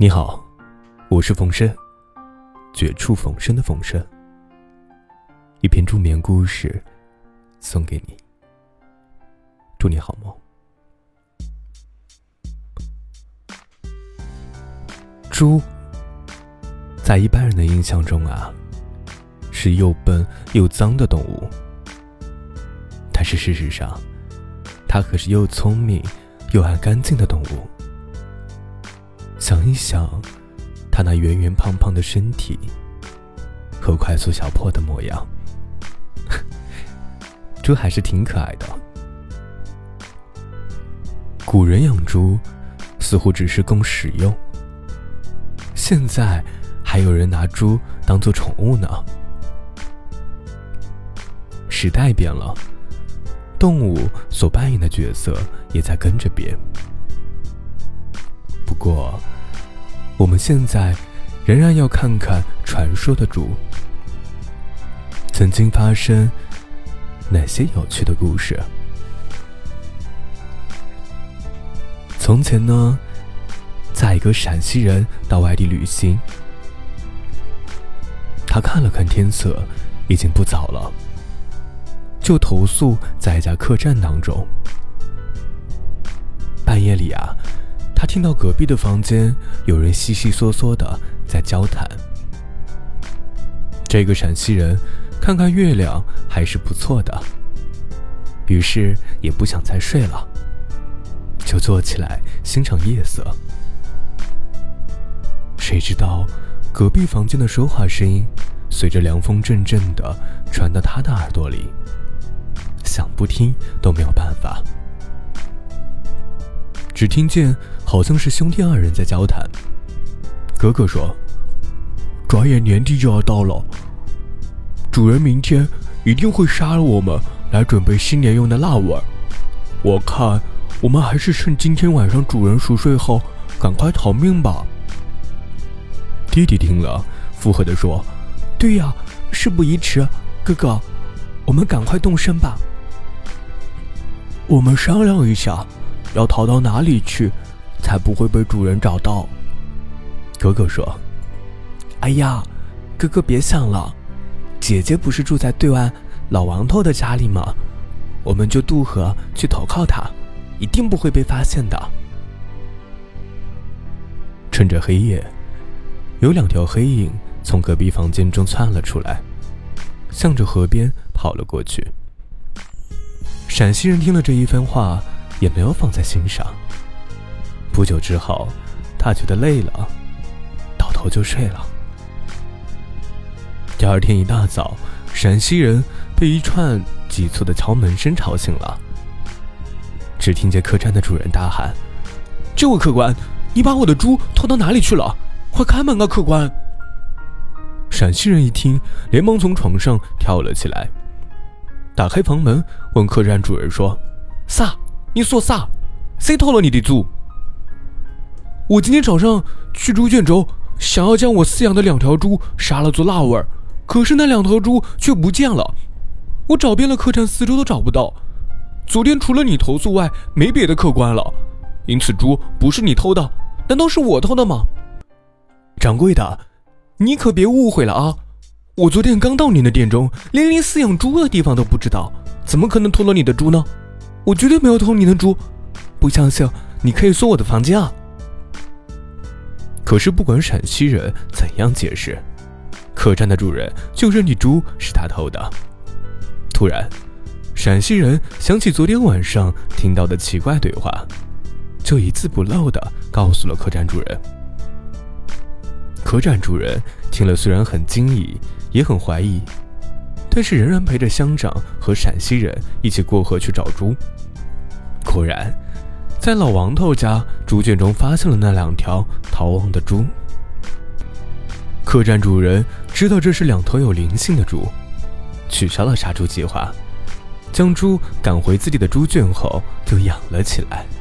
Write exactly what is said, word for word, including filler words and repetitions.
你好，我是冯生，绝处逢生的冯生。一篇助眠故事送给你，祝你好梦。猪在一般人的印象中啊，是又笨又脏的动物，但是事实上它可是又聪明又爱干净的动物。想一想它那圆圆胖胖的身体和快速小破的模样，猪还是挺可爱的。古人养猪似乎只是供食用，现在还有人拿猪当作宠物呢。时代变了，动物所扮演的角色也在跟着变。不过我们现在仍然要看看传说的猪曾经发生哪些有趣的故事。从前呢，在一个陕西人到外地旅行，他看了看天色，已经不早了，就投宿在一家客栈当中。半夜里啊，他听到隔壁的房间有人悉悉嗦嗦的在交谈。这个陕西人看看月亮还是不错的，于是也不想再睡了，就坐起来欣赏夜色。谁知道隔壁房间的说话声音随着凉风阵阵的传到他的耳朵里，想不听都没有办法。只听见好像是兄弟二人在交谈。哥哥说，转眼年底就要到了，主人明天一定会杀了我们来准备新年用的腊味儿，我看我们还是趁今天晚上主人熟睡后赶快逃命吧。弟弟听了附和地说，对呀，事不宜迟，哥哥，我们赶快动身吧。我们商量一下要逃到哪里去才不会被主人找到。哥哥说，哎呀，哥哥别想了，姐姐不是住在对岸老王头的家里吗？我们就渡河去投靠他，一定不会被发现的。趁着黑夜，有两条黑影从隔壁房间中窜了出来，向着河边跑了过去。陕西人听了这一番话也没有放在心上。不久之后，他觉得累了，倒头就睡了。第二天一大早，陕西人被一串急促的敲门声吵醒了。只听见客栈的主人大喊，这位客官，你把我的猪偷到哪里去了？快开门啊，客官！陕西人一听，连忙从床上跳了起来，打开房门问客栈主人说，啥？你说啥？谁偷了你的猪？我今天早上去猪圈中，想要将我饲养的两条猪杀了做腊味儿，可是那两头猪却不见了，我找遍了客栈四周都找不到。昨天除了你投诉外，没别的客官了，因此猪不是你偷的，难道是我偷的吗？掌柜的，你可别误会了啊！我昨天刚到您的店中，连连饲养猪的地方都不知道，怎么可能偷了你的猪呢？我绝对没有偷你的猪，不相信你可以搜我的房间啊！可是不管陕西人怎样解释，客栈的主人就认定猪是他偷的。突然，陕西人想起昨天晚上听到的奇怪对话，就一字不漏地告诉了客栈主人。客栈主人听了虽然很惊异，也很怀疑，但是仍然陪着乡长和陕西人一起过河去找猪。果然在老王头家猪圈中发现了那两条逃亡的猪。客栈主人知道这是两头有灵性的猪，取消了杀猪计划，将猪赶回自己的猪圈后就养了起来。